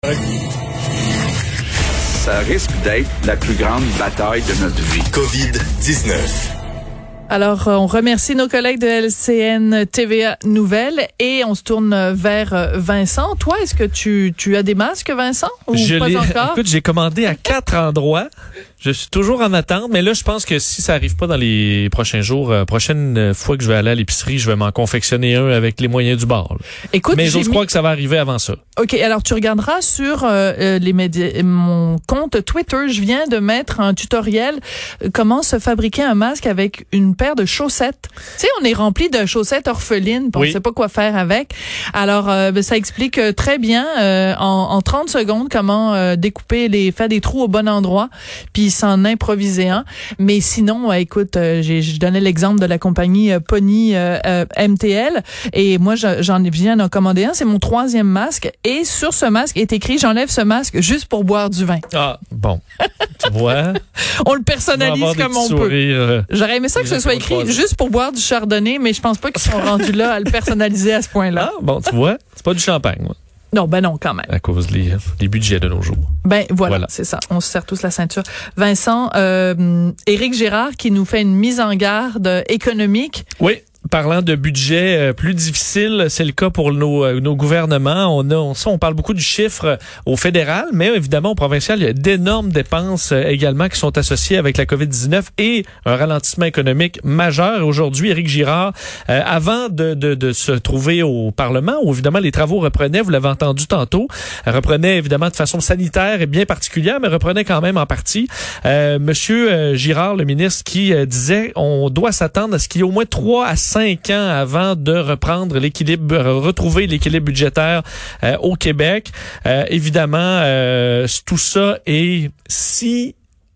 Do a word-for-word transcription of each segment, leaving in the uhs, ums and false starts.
Ça risque d'être la plus grande bataille de notre vie. covid dix-neuf. Alors, on remercie nos collègues de L C N T V A Nouvelles et on se tourne vers Vincent. Toi, est-ce que tu, tu as des masques, Vincent, ou je pas encore? Écoute, j'ai commandé à quatre endroits. Je suis toujours en attente, mais là, je pense que si ça arrive pas dans les prochains jours, euh, prochaine fois que je vais aller à l'épicerie, je vais m'en confectionner un avec les moyens du bord. Là. Écoute, mais j'ose mis... croire que ça va arriver avant ça. OK, alors tu regarderas sur euh, les médias, mon compte Twitter, je viens de mettre un tutoriel euh, comment se fabriquer un masque avec une paire de chaussettes. Tu sais, on est rempli de chaussettes orphelines, puis oui. On sait pas quoi faire avec. Alors, euh, ben, ça explique euh, très bien euh, en, en trente secondes comment euh, découper les, faire des trous au bon endroit, puis s'en improviser un. Mais sinon, euh, écoute, euh, j'ai, je donnais l'exemple de la compagnie euh, Pony euh, euh, M T L, et moi, je, j'en viens d'en commander un. C'est mon troisième masque, et sur ce masque est écrit « J'enlève ce masque juste pour boire du vin ». Ah, bon. Tu vois? On le personnalise comme on peut. Euh, J'aurais aimé ça que ce soit écrit juste pour boire du chardonnay, mais je pense pas qu'ils sont rendus là à le personnaliser à ce point-là. Ah, bon, tu vois? C'est pas du champagne, moi. Non, ben non, quand même. À cause des, des budgets de nos jours. Ben voilà, voilà. C'est ça. On se serre tous la ceinture. Vincent, euh, Éric Girard qui nous fait une mise en garde économique. Oui. Parlant de budget euh, plus difficile, c'est le cas pour nos, euh, nos gouvernements. On a, on, ça, on parle beaucoup du chiffre euh, au fédéral, mais évidemment au provincial, il y a d'énormes dépenses euh, également qui sont associées avec la covid dix-neuf et un ralentissement économique majeur. Et aujourd'hui, Éric Girard, euh, avant de, de, de se trouver au Parlement, où évidemment les travaux reprenaient, vous l'avez entendu tantôt, reprenaient évidemment de façon sanitaire et bien particulière, mais reprenaient quand même en partie. Euh, Monsieur euh, Girard, le ministre, qui euh, disait on doit s'attendre à ce qu'il y ait au moins trois à cinq ans avant de reprendre l'équilibre, retrouver l'équilibre budgétaire euh, au Québec. Euh, évidemment, euh, tout ça est si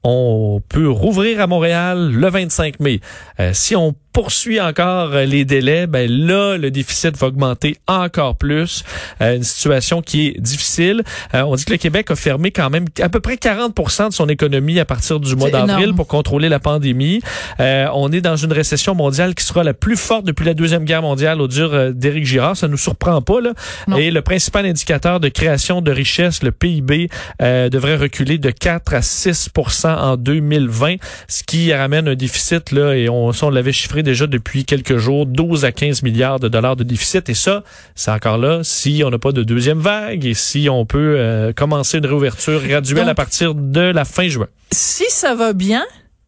on peut rouvrir à Montréal le vingt-cinq mai. Euh, si on poursuit encore les délais, ben là, le déficit va augmenter encore plus. Euh, une situation qui est difficile. Euh, on dit que le Québec a fermé quand même à peu près quarante pour cent de son économie à partir du mois d'avril énorme. Pour contrôler la pandémie. Euh, on est dans une récession mondiale qui sera la plus forte depuis la Deuxième Guerre mondiale au dire euh, d'Éric Girard. Ça nous surprend pas, là. Non. Et le principal indicateur de création de richesse, le P I B, euh, devrait reculer de quatre à six pour cent en deux mille vingt, ce qui ramène un déficit, là, et on, on l'avait chiffré déjà depuis quelques jours, douze à quinze milliards de dollars de déficit. Et ça, c'est encore là si on n'a pas de deuxième vague et si on peut euh, commencer une réouverture graduelle. Donc, à partir de la fin juin. Si ça va bien,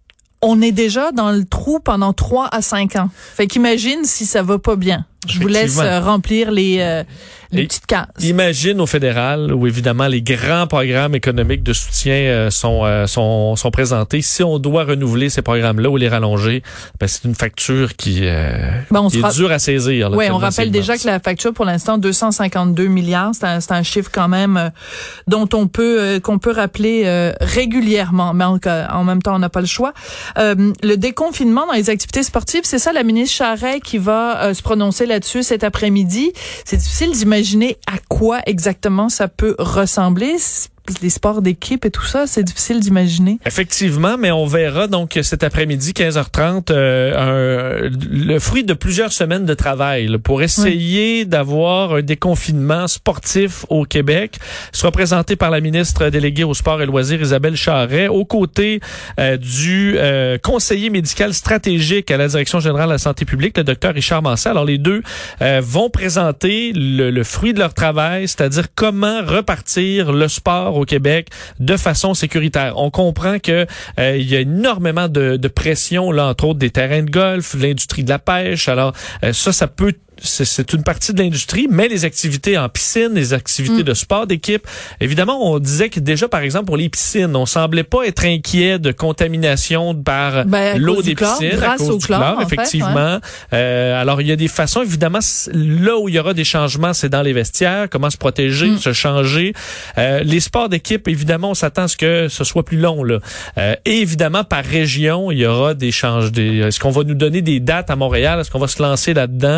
on est déjà dans le trou pendant trois à cinq ans. Fait qu'imagine si ça va pas bien. Je vous laisse euh, remplir les, euh, les petites cases. Imagine au fédéral où évidemment les grands programmes économiques de soutien euh, sont, euh, sont sont présentés. Si on doit renouveler ces programmes-là ou les rallonger, ben c'est une facture qui, euh, ben on qui est dure à saisir. Oui, on rappelle déjà que la facture pour l'instant deux cent cinquante-deux milliards, c'est un, c'est un chiffre quand même euh, dont on peut euh, qu'on peut rappeler euh, régulièrement, mais en, en même temps on n'a pas le choix. Euh, le déconfinement dans les activités sportives, c'est ça la ministre Charest qui va euh, se prononcer là-dessus cet après-midi. C'est difficile d'imaginer à quoi exactement ça peut ressembler. Les sports d'équipe et tout ça, c'est difficile d'imaginer. Effectivement, mais on verra donc cet après-midi, quinze heures trente, euh, un, le fruit de plusieurs semaines de travail là, pour essayer oui. d'avoir un déconfinement sportif au Québec. Il sera présenté par la ministre déléguée au sport et loisirs, Isabelle Charest, aux côtés euh, du euh, conseiller médical stratégique à la Direction générale de la santé publique, le docteur Richard Mancé. Alors, les deux euh, vont présenter le, le fruit de leur travail, c'est-à-dire comment repartir le sport au Québec de façon sécuritaire. On comprend que euh, il y a énormément de, de pression, là, entre autres des terrains de golf, l'industrie de la pêche. Alors euh, ça, ça peut C'est, c'est une partie de l'industrie, mais les activités en piscine, les activités mmh. de sport d'équipe, évidemment, on disait que déjà, par exemple, pour les piscines, on semblait pas être inquiet de contamination par ben, l'eau des chlore, piscines, grâce à cause au du chlore, chlore, effectivement. Fait, ouais. euh, alors, il y a des façons, évidemment, là où il y aura des changements, c'est dans les vestiaires, comment se protéger, mmh. se changer. Euh, les sports d'équipe, évidemment, on s'attend à ce que ce soit plus long, là. Euh, et évidemment, par région, il y aura des changements. Est-ce qu'on va nous donner des dates à Montréal? Est-ce qu'on va se lancer là-dedans?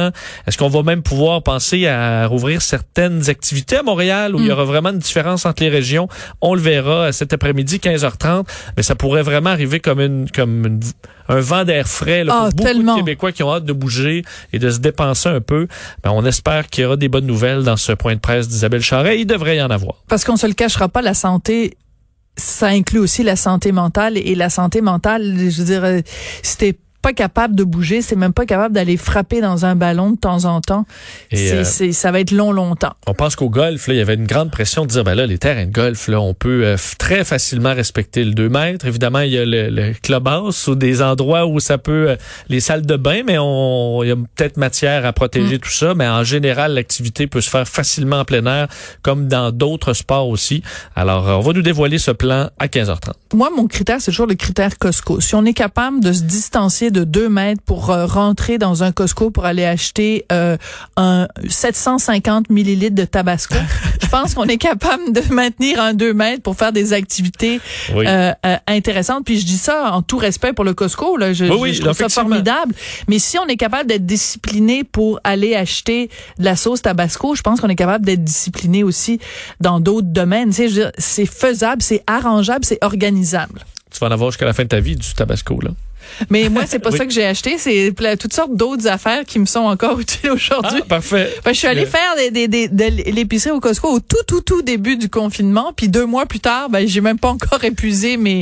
Est-ce qu'on va même pouvoir penser à rouvrir certaines activités à Montréal où mm. il y aura vraiment une différence entre les régions? On le verra cet après-midi, quinze heures trente, mais ça pourrait vraiment arriver comme une comme une, un vent d'air frais là, pour oh, beaucoup tellement. de Québécois qui ont hâte de bouger et de se dépenser un peu. Ben, on espère qu'il y aura des bonnes nouvelles dans ce point de presse d'Isabelle Charest. Il devrait y en avoir. Parce qu'on se le cachera pas, la santé, ça inclut aussi la santé mentale. Et la santé mentale, je veux dire, c'était pas capable de bouger, c'est même pas capable d'aller frapper dans un ballon de temps en temps. Et c'est, euh, c'est, ça va être long, longtemps. On pense qu'au golf, là, il y avait une grande pression de dire, ben là, les terrains de golf, là, on peut euh, très facilement respecter le deux mètres. Évidemment, il y a le, le clubhouse ou des endroits où ça peut, euh, les salles de bain, mais on, il y a peut-être matière à protéger mm. tout ça. Mais en général, l'activité peut se faire facilement en plein air, comme dans d'autres sports aussi. Alors, euh, on va nous dévoiler ce plan à quinze heures trente. Moi, mon critère, c'est toujours le critère Costco. Si on est capable de se distancier de deux mètres pour euh, rentrer dans un Costco pour aller acheter euh, un sept cent cinquante millilitres de Tabasco, je pense qu'on est capable de maintenir un deux mètres pour faire des activités oui. euh, euh, intéressantes. Puis je dis ça en tout respect pour le Costco, là, je, oui, je, oui, je trouve ça formidable. Mais si on est capable d'être discipliné pour aller acheter de la sauce Tabasco, je pense qu'on est capable d'être discipliné aussi dans d'autres domaines. Tu sais, je veux dire, c'est faisable, c'est arrangeable, c'est organisable. Tu vas en avoir jusqu'à la fin de ta vie du Tabasco, là. Mais moi, c'est pas oui. ça que j'ai acheté. C'est toutes sortes d'autres affaires qui me sont encore utiles aujourd'hui. Ah, parfait. Ben, je suis allée faire des, des, des, de l'épicerie au Costco au tout, tout, tout début du confinement. Puis deux mois plus tard, ben, j'ai même pas encore épuisé mes,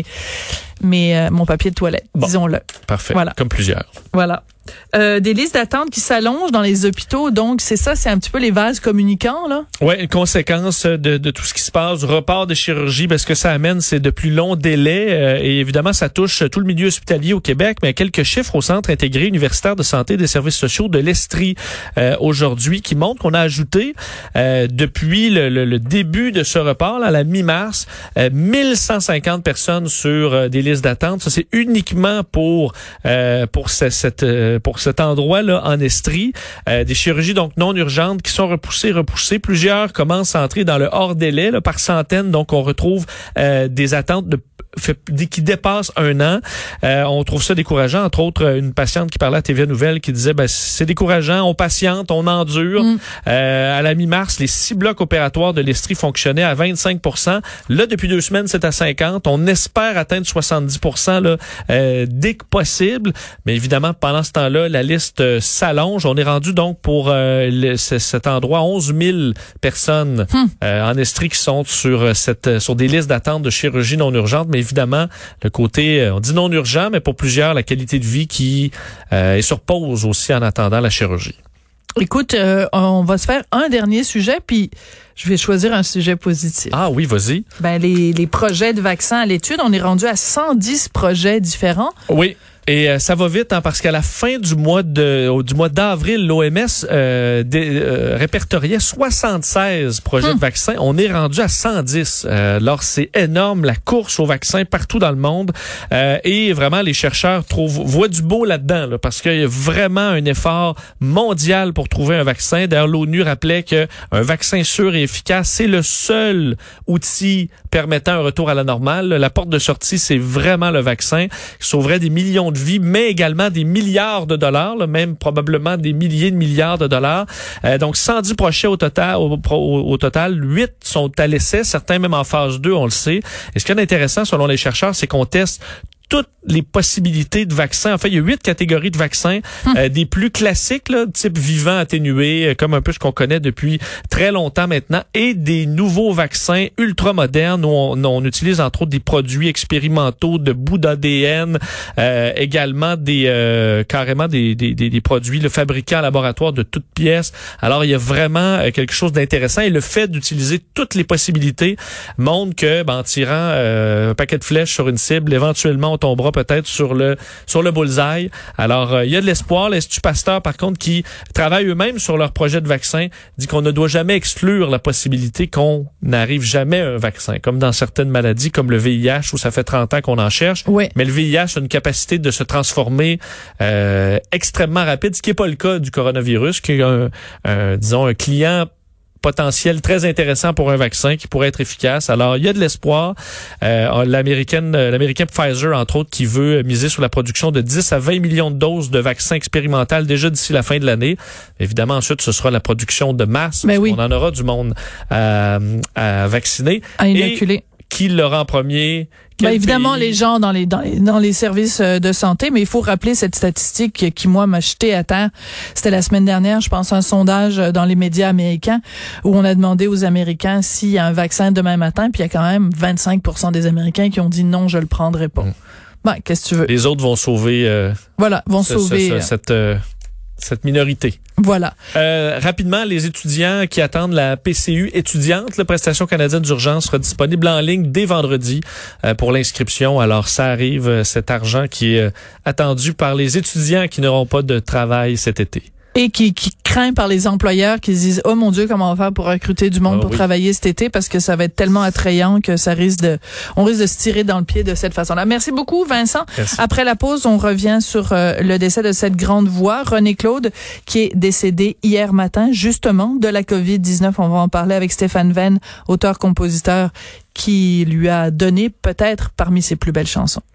mes, euh, mon papier de toilette, bon. disons-le. Parfait. Voilà. Comme plusieurs. Voilà. Euh, des listes d'attente qui s'allongent dans les hôpitaux, donc c'est ça, c'est un petit peu les vases communicants, là. Ouais, une conséquence de, de tout ce qui se passe, du report de chirurgie, parce que ça amène, c'est de plus longs délais, euh, et évidemment, ça touche tout le milieu hospitalier au Québec, mais quelques chiffres au Centre intégré universitaire de santé et des services sociaux de l'Estrie euh, aujourd'hui, qui montrent qu'on a ajouté euh, depuis le, le, le début de ce report, là, à la mi-mars, euh, mille cent cinquante personnes sur euh, des listes d'attente. Ça, c'est uniquement pour euh, pour ce, cette euh, pour cet endroit-là en Estrie. Euh, des chirurgies donc non urgentes qui sont repoussées, repoussées. Plusieurs commencent à entrer dans le hors-délai là, par centaines. Donc, on retrouve euh, des attentes de Fait, qui dépasse un an. Euh, on trouve ça décourageant. Entre autres, une patiente qui parlait à T V A Nouvelles qui disait, ben, c'est décourageant, on patiente, on endure. Mm. Euh, à la mi-mars, les six blocs opératoires de l'Estrie fonctionnaient à vingt-cinq pour cent. Là, depuis deux semaines, c'est à cinquante. On espère atteindre soixante-dix pour cent là, euh, dès que possible. Mais évidemment, pendant ce temps-là, la liste euh, s'allonge. On est rendu donc pour euh, le, c- cet endroit onze mille personnes mm. euh, en Estrie qui sont sur, cette, sur des listes d'attente de chirurgie non urgente. Mais évidemment, le côté, on dit non urgent, mais pour plusieurs, la qualité de vie qui euh, est sur pause aussi en attendant la chirurgie. Écoute, euh, on va se faire un dernier sujet, puis je vais choisir un sujet positif. Ah oui, vas-y. Ben les, les projets de vaccins à l'étude, on est rendu à cent dix projets différents. Oui. Et euh, ça va vite hein, parce qu'à la fin du mois de du mois d'avril, l'O M S euh, dé, euh, répertoriait soixante-seize projets hum. de vaccins. On est rendu à cent dix. Euh, alors c'est énorme la course aux vaccins partout dans le monde euh, et vraiment les chercheurs trouvent voient du beau là-dedans là, parce qu'il y a vraiment un effort mondial pour trouver un vaccin. D'ailleurs, l'ONU rappelait que un vaccin sûr et efficace, c'est le seul outil permettant un retour à la normale. La porte de sortie, c'est vraiment le vaccin qui sauverait des millions de vie, mais également des milliards de dollars, là, même probablement des milliers de milliards de dollars. Euh, donc, cent dix projets au total, au, au, au total, huit sont à l'essai, certains même en phase deux, on le sait. Et ce qui est intéressant, selon les chercheurs, c'est qu'on teste toutes les possibilités de vaccins. En fait, il y a huit catégories de vaccins, hum. euh, des plus classiques, là, type vivant atténué, comme un peu ce qu'on connaît depuis très longtemps maintenant, et des nouveaux vaccins ultra modernes où on, on utilise entre autres des produits expérimentaux de bouts d'A D N, euh, également des euh, carrément des, des, des, des produits là, fabriqués en laboratoire de toutes pièces. Alors, il y a vraiment euh, quelque chose d'intéressant et le fait d'utiliser toutes les possibilités montre que, ben, en tirant euh, un paquet de flèches sur une cible, éventuellement, on tombera peut-être sur le sur le bullseye. Alors, euh, il y a de l'espoir. L'Institut Pasteur, par contre, qui travaille eux-mêmes sur leur projet de vaccin, dit qu'on ne doit jamais exclure la possibilité qu'on n'arrive jamais à un vaccin, comme dans certaines maladies, comme le V I H, où ça fait trente ans qu'on en cherche. Oui. Mais le V I H a une capacité de se transformer euh, extrêmement rapide, ce qui n'est pas le cas du coronavirus, qui est un, un, disons, un client potentiel très intéressant pour un vaccin qui pourrait être efficace. Alors, il y a de l'espoir. Euh, l'américaine, l'américain Pfizer, entre autres, qui veut miser sur la production de dix à vingt millions de doses de vaccins expérimentaux déjà d'ici la fin de l'année. Évidemment, ensuite, ce sera la production de masse. Ben oui. On en aura du monde à, à vacciner. À inoculer. Et qui l'aura en premier? Ben évidemment, pays? les gens dans les, dans les dans les services de santé, mais il faut rappeler cette statistique qui, moi, m'a jeté à terre. C'était la semaine dernière, je pense, un sondage dans les médias américains où on a demandé aux Américains s'il y a un vaccin demain matin, puis il y a quand même vingt-cinq pour cent des Américains qui ont dit non, je le prendrai pas. Mmh. Ben, qu'est-ce que tu veux? Les autres vont sauver... Euh, voilà, vont ce, sauver... Ce, ce, cette... Euh, cette minorité. Voilà. Euh, rapidement, les étudiants qui attendent la P C U étudiante, la prestation canadienne d'urgence, sera disponible en ligne dès vendredi euh, pour l'inscription. Alors, ça arrive, euh, cet argent qui est euh, attendu par les étudiants qui n'auront pas de travail cet été. Et qui, qui craint par les employeurs qui se disent « Oh mon Dieu, comment on va faire pour recruter du monde oh, pour oui. travailler cet été? » Parce que ça va être tellement attrayant que ça risque de, on risque de se tirer dans le pied de cette façon-là. Merci beaucoup, Vincent. Merci. Après la pause, on revient sur euh, le décès de cette grande voix, René Claude, qui est décédé hier matin, justement, de la covid dix-neuf. On va en parler avec Stéphane Venn, auteur-compositeur, qui lui a donné peut-être parmi ses plus belles chansons.